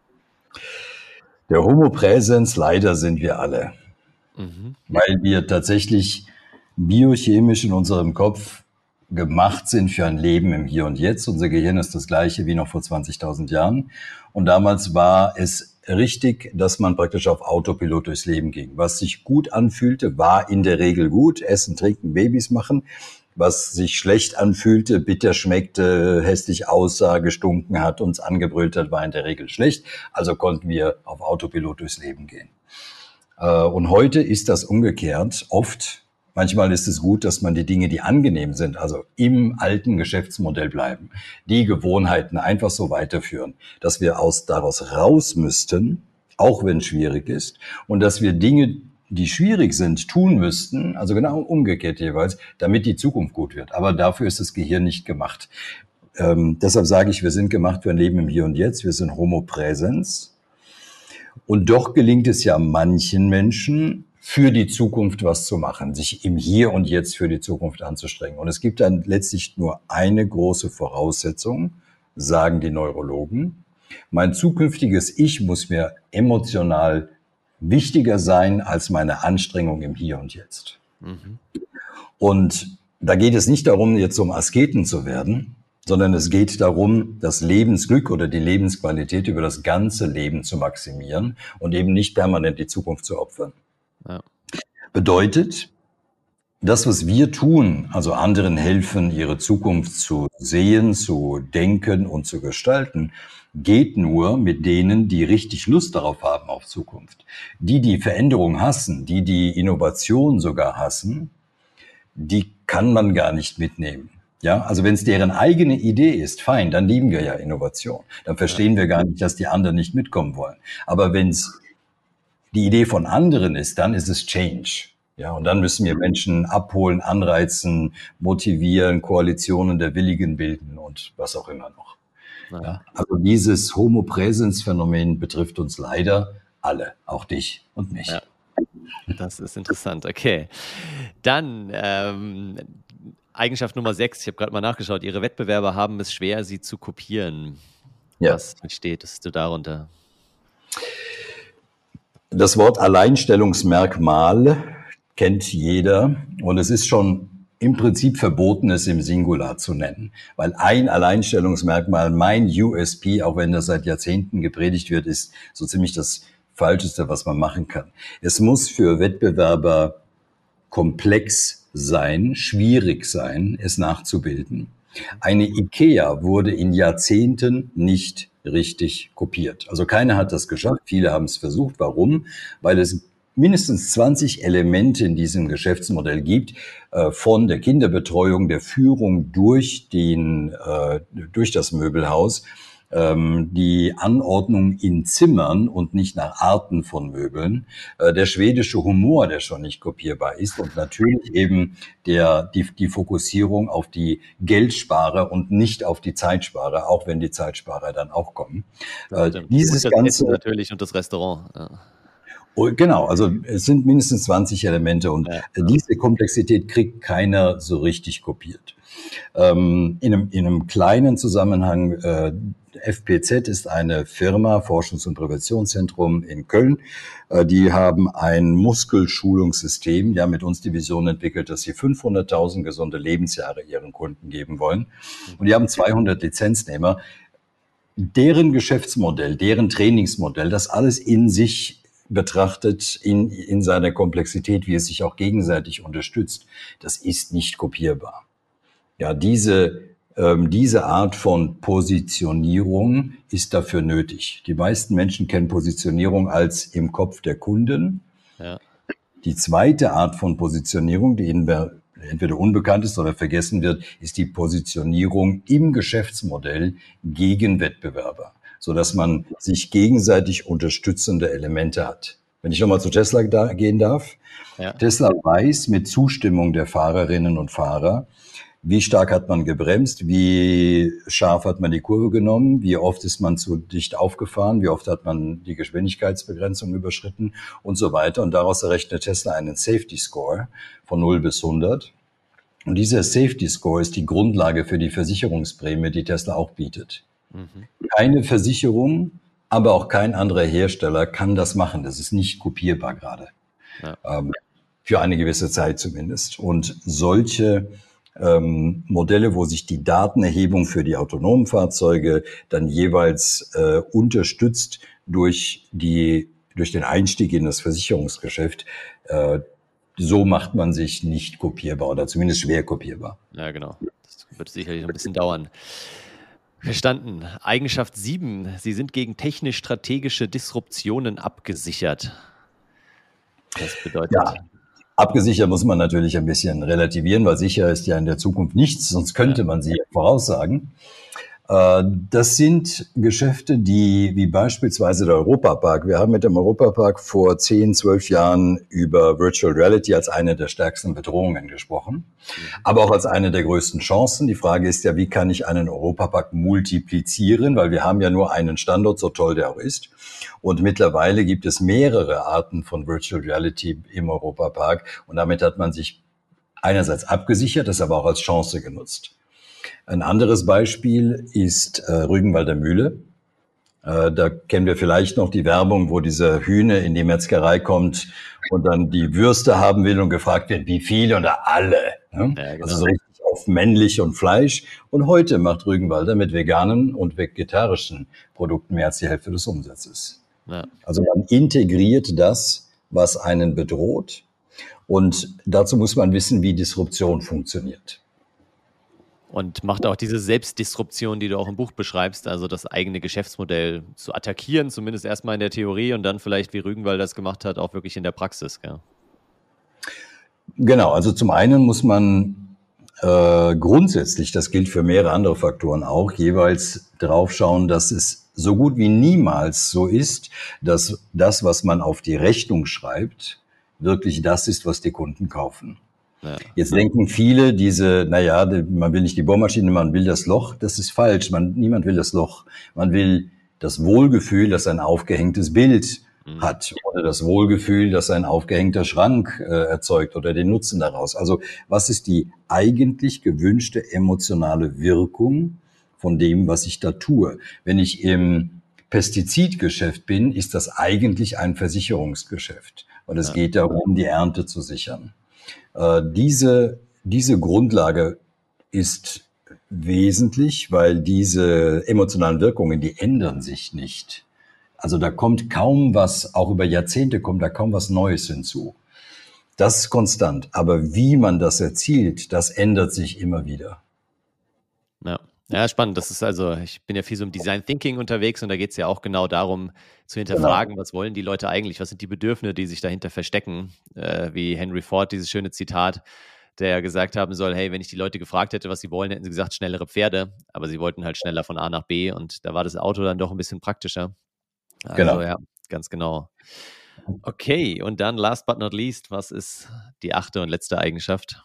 Der Homo Praesens, leider sind wir alle, weil wir tatsächlich biochemisch in unserem Kopf gemacht sind für ein Leben im Hier und Jetzt. Unser Gehirn ist das gleiche wie noch vor 20.000 Jahren. Und damals war es richtig, dass man praktisch auf Autopilot durchs Leben ging. Was sich gut anfühlte, war in der Regel gut. Essen, trinken, Babys machen. Was sich schlecht anfühlte, bitter schmeckte, hässlich aussah, gestunken hat, uns angebrüllt hat, war in der Regel schlecht. Also konnten wir auf Autopilot durchs Leben gehen. Und heute ist das umgekehrt oft. Manchmal ist es gut, dass man die Dinge, die angenehm sind, also im alten Geschäftsmodell bleiben, die Gewohnheiten einfach so weiterführen, dass wir daraus raus müssten, auch wenn es schwierig ist, und dass wir Dinge, die schwierig sind, tun müssten, also genau umgekehrt jeweils, damit die Zukunft gut wird. Aber dafür ist das Gehirn nicht gemacht. Deshalb sage ich, wir sind gemacht für ein Leben im Hier und Jetzt, wir sind Homo Präsens. Und doch gelingt es ja manchen Menschen, für die Zukunft was zu machen, sich im Hier und Jetzt für die Zukunft anzustrengen. Und es gibt dann letztlich nur eine große Voraussetzung, sagen die Neurologen. Mein zukünftiges Ich muss mir emotional wichtiger sein als meine Anstrengung im Hier und Jetzt. Und da geht es nicht darum, jetzt zum Asketen zu werden, sondern es geht darum, das Lebensglück oder die Lebensqualität über das ganze Leben zu maximieren und eben nicht permanent die Zukunft zu opfern. Ja. Bedeutet, das, was wir tun, also anderen helfen, ihre Zukunft zu sehen, zu denken und zu gestalten, geht nur mit denen, die richtig Lust darauf haben auf Zukunft. Die Veränderung hassen, die Innovation sogar hassen, die kann man gar nicht mitnehmen. Ja, also wenn es deren eigene Idee ist, fein, dann lieben wir ja Innovation. Dann verstehen wir gar nicht, dass die anderen nicht mitkommen wollen. Aber wenn es die Idee von anderen ist, dann ist es Change. Ja, und dann müssen wir Menschen abholen, anreizen, motivieren, Koalitionen der Willigen bilden und was auch immer noch. Ja, also dieses Homo Präsens Phänomen betrifft uns leider alle, auch dich und mich. Ja, das ist interessant. Okay. Dann Eigenschaft Nummer 6, ich habe gerade mal nachgeschaut, Ihre Wettbewerber haben es schwer, Sie zu kopieren. Ja. Was verstehst du darunter? Das Wort Alleinstellungsmerkmal kennt jeder und es ist schon im Prinzip verboten, es im Singular zu nennen, weil ein Alleinstellungsmerkmal, mein USP, auch wenn das seit Jahrzehnten gepredigt wird, ist so ziemlich das Falscheste, was man machen kann. Es muss für Wettbewerber komplex sein, schwierig sein, es nachzubilden. Eine IKEA wurde in Jahrzehnten nicht richtig kopiert. Also keiner hat das geschafft, viele haben es versucht. Warum? Weil es mindestens 20 Elemente in diesem Geschäftsmodell gibt, von der Kinderbetreuung, der Führung durch das Möbelhaus, die Anordnung in Zimmern und nicht nach Arten von Möbeln, der schwedische Humor, der schon nicht kopierbar ist und natürlich eben die Fokussierung auf die Geldsparer und nicht auf die Zeitsparer, auch wenn die Zeitsparer dann auch kommen. Dieses und das Ganze Essen natürlich und das Restaurant. Ja. Genau, also es sind mindestens 20 Elemente und diese Komplexität kriegt keiner so richtig kopiert. In einem kleinen Zusammenhang, FPZ ist eine Firma, Forschungs- und Präventionszentrum in Köln. Die haben ein Muskelschulungssystem, ja, mit uns die Vision entwickelt, dass sie 500.000 gesunde Lebensjahre ihren Kunden geben wollen. Und die haben 200 Lizenznehmer. Deren Geschäftsmodell, deren Trainingsmodell, das alles in sich betrachtet, in seiner Komplexität, wie es sich auch gegenseitig unterstützt, das ist nicht kopierbar. Ja, diese Art von Positionierung ist dafür nötig. Die meisten Menschen kennen Positionierung als im Kopf der Kunden. Ja. Die zweite Art von Positionierung, die ihnen entweder unbekannt ist oder vergessen wird, ist die Positionierung im Geschäftsmodell gegen Wettbewerber, sodass man sich gegenseitig unterstützende Elemente hat. Wenn ich nochmal zu Tesla gehen darf. Ja. Tesla weiß mit Zustimmung der Fahrerinnen und Fahrer, wie stark hat man gebremst, wie scharf hat man die Kurve genommen, wie oft ist man zu dicht aufgefahren, wie oft hat man die Geschwindigkeitsbegrenzung überschritten und so weiter. Und daraus errechnet Tesla einen Safety Score von 0 bis 100. Und dieser Safety Score ist die Grundlage für die Versicherungsprämie, die Tesla auch bietet. Keine Versicherung, aber auch kein anderer Hersteller kann das machen. Das ist nicht kopierbar gerade. Ja. Für eine gewisse Zeit zumindest. Und solche Modelle, wo sich die Datenerhebung für die autonomen Fahrzeuge dann jeweils unterstützt durch den Einstieg in das Versicherungsgeschäft, so macht man sich nicht kopierbar oder zumindest schwer kopierbar. Ja, genau. Das wird sicherlich noch ein bisschen dauern. Verstanden. Eigenschaft 7. Sie sind gegen technisch-strategische Disruptionen abgesichert. Das bedeutet... Ja. Abgesichert muss man natürlich ein bisschen relativieren, weil sicher ist ja in der Zukunft nichts, sonst könnte man sie voraussagen. Das sind Geschäfte, die, wie beispielsweise der Europapark. Wir haben mit dem Europapark vor 10, 12 Jahren über Virtual Reality als eine der stärksten Bedrohungen gesprochen, aber auch als eine der größten Chancen. Die Frage ist ja, wie kann ich einen Europapark multiplizieren, weil wir haben ja nur einen Standort, so toll der auch ist. Und mittlerweile gibt es mehrere Arten von Virtual Reality im Europapark und damit hat man sich einerseits abgesichert, das aber auch als Chance genutzt. Ein anderes Beispiel ist Rügenwalder Mühle. Da kennen wir vielleicht noch die Werbung, wo dieser Hühne in die Metzgerei kommt und dann die Würste haben will und gefragt wird, wie viele oder alle. Ne? Ja, genau. Also so richtig auf männlich und Fleisch. Und heute macht Rügenwalder mit veganen und vegetarischen Produkten mehr als die Hälfte des Umsatzes. Ja. Also man integriert das, was einen bedroht. Und dazu muss man wissen, wie Disruption funktioniert. Und macht auch diese Selbstdisruption, die du auch im Buch beschreibst, also das eigene Geschäftsmodell zu attackieren, zumindest erstmal in der Theorie und dann vielleicht, wie Rügenwald das gemacht hat, auch wirklich in der Praxis. Gell? Genau, also zum einen muss man grundsätzlich, das gilt für mehrere andere Faktoren auch, jeweils drauf schauen, dass es so gut wie niemals so ist, dass das, was man auf die Rechnung schreibt, wirklich das ist, was die Kunden kaufen. Ja. Jetzt denken viele man will nicht die Bohrmaschine, man will das Loch. Das ist falsch. Niemand will das Loch. Man will das Wohlgefühl, das ein aufgehängtes Bild hat oder das Wohlgefühl, das ein aufgehängter Schrank erzeugt oder den Nutzen daraus. Also was ist die eigentlich gewünschte emotionale Wirkung von dem, was ich da tue? Wenn ich im Pestizidgeschäft bin, ist das eigentlich ein Versicherungsgeschäft, weil es geht darum, die Ernte zu sichern. Diese Grundlage ist wesentlich, weil diese emotionalen Wirkungen, die ändern sich nicht. Also da kommt kaum was, auch über Jahrzehnte kommt da kaum was Neues hinzu. Das ist konstant. Aber wie man das erzielt, das ändert sich immer wieder. Ja, spannend. Das ist also, ich bin ja viel so im Design Thinking unterwegs und da geht es ja auch genau darum, zu hinterfragen, was wollen die Leute eigentlich, was sind die Bedürfnisse, die sich dahinter verstecken, wie Henry Ford, dieses schöne Zitat, der gesagt haben soll, hey, wenn ich die Leute gefragt hätte, was sie wollen, hätten sie gesagt, schnellere Pferde, aber sie wollten halt schneller von A nach B und da war das Auto dann doch ein bisschen praktischer. Also, genau. Ja, ganz genau. Okay, und dann last but not least, was ist die 8. und letzte Eigenschaft?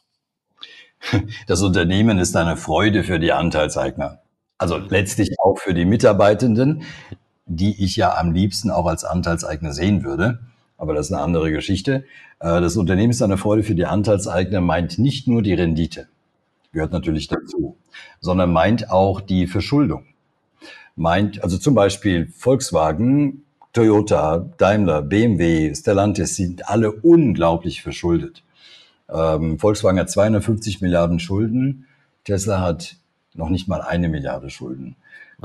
Das Unternehmen ist eine Freude für die Anteilseigner. Also letztlich auch für die Mitarbeitenden, die ich ja am liebsten auch als Anteilseigner sehen würde. Aber das ist eine andere Geschichte. Das Unternehmen ist eine Freude für die Anteilseigner, meint nicht nur die Rendite, gehört natürlich dazu, sondern meint auch die Verschuldung. Also zum Beispiel Volkswagen, Toyota, Daimler, BMW, Stellantis sind alle unglaublich verschuldet. Volkswagen hat 250 Milliarden Schulden, Tesla hat noch nicht mal 1 Milliarde Schulden.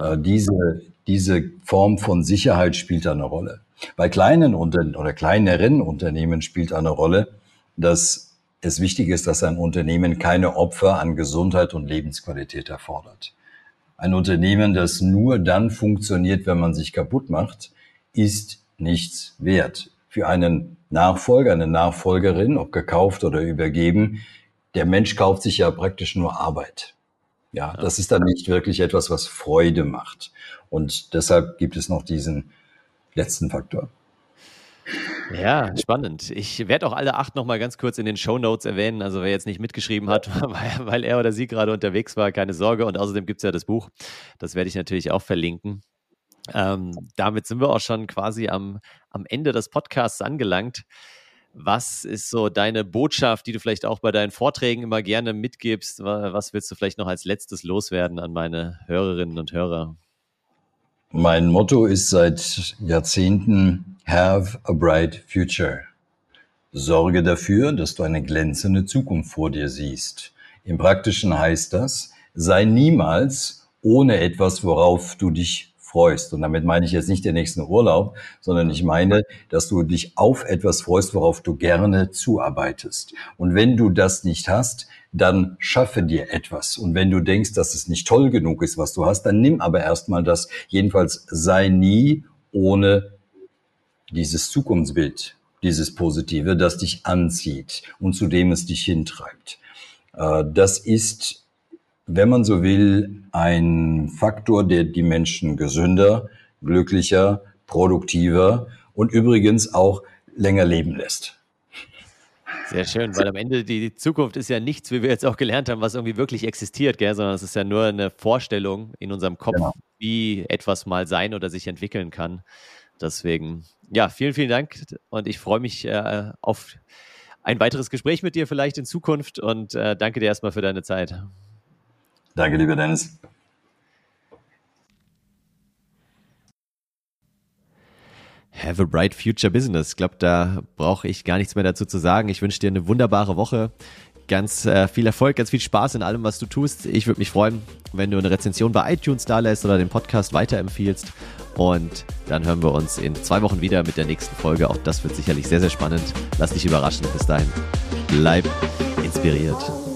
Diese Form von Sicherheit spielt da eine Rolle. Bei kleineren Unternehmen spielt eine Rolle, dass es wichtig ist, dass ein Unternehmen keine Opfer an Gesundheit und Lebensqualität erfordert. Ein Unternehmen, das nur dann funktioniert, wenn man sich kaputt macht, ist nichts wert. Für einen Nachfolger, eine Nachfolgerin, ob gekauft oder übergeben, der Mensch kauft sich ja praktisch nur Arbeit. Ja, das ist dann nicht wirklich etwas, was Freude macht. Und deshalb gibt es noch diesen letzten Faktor. Ja, spannend. Ich werde auch alle 8 nochmal ganz kurz in den Shownotes erwähnen. Also wer jetzt nicht mitgeschrieben hat, weil er oder sie gerade unterwegs war, keine Sorge. Und außerdem gibt es ja das Buch. Das werde ich natürlich auch verlinken. Damit sind wir auch schon quasi am Ende des Podcasts angelangt. Was ist so deine Botschaft, die du vielleicht auch bei deinen Vorträgen immer gerne mitgibst? Was willst du vielleicht noch als letztes loswerden an meine Hörerinnen und Hörer? Mein Motto ist seit Jahrzehnten Have a bright future. Sorge dafür, dass du eine glänzende Zukunft vor dir siehst. Im Praktischen heißt das, sei niemals ohne etwas, worauf du dich freust. Und damit meine ich jetzt nicht den nächsten Urlaub, sondern ich meine, dass du dich auf etwas freust, worauf du gerne zuarbeitest. Und wenn du das nicht hast, dann schaffe dir etwas. Und wenn du denkst, dass es nicht toll genug ist, was du hast, dann nimm aber erstmal das. Jedenfalls sei nie ohne dieses Zukunftsbild. dieses Positive, das dich anzieht und zu dem es dich hintreibt. Das ist, wenn man so will, ein Faktor, der die Menschen gesünder, glücklicher, produktiver und übrigens auch länger leben lässt. Sehr schön, weil am Ende die Zukunft ist ja nichts, wie wir jetzt auch gelernt haben, was irgendwie wirklich existiert, gell? Sondern es ist ja nur eine Vorstellung in unserem Kopf, genau, wie etwas mal sein oder sich entwickeln kann. Deswegen, ja, vielen, vielen Dank und ich freue mich auf ein weiteres Gespräch mit dir vielleicht in Zukunft und danke dir erstmal für deine Zeit. Danke, lieber Dennis. Have a bright future business. Ich glaube, da brauche ich gar nichts mehr dazu zu sagen. Ich wünsche dir eine wunderbare Woche. Ganz viel Erfolg, ganz viel Spaß in allem, was du tust. Ich würde mich freuen, wenn du eine Rezension bei iTunes da lässt oder den Podcast weiterempfiehlst. Und dann hören wir uns in 2 Wochen wieder mit der nächsten Folge. Auch das wird sicherlich sehr, sehr spannend. Lass dich überraschen. Bis dahin, bleib inspiriert.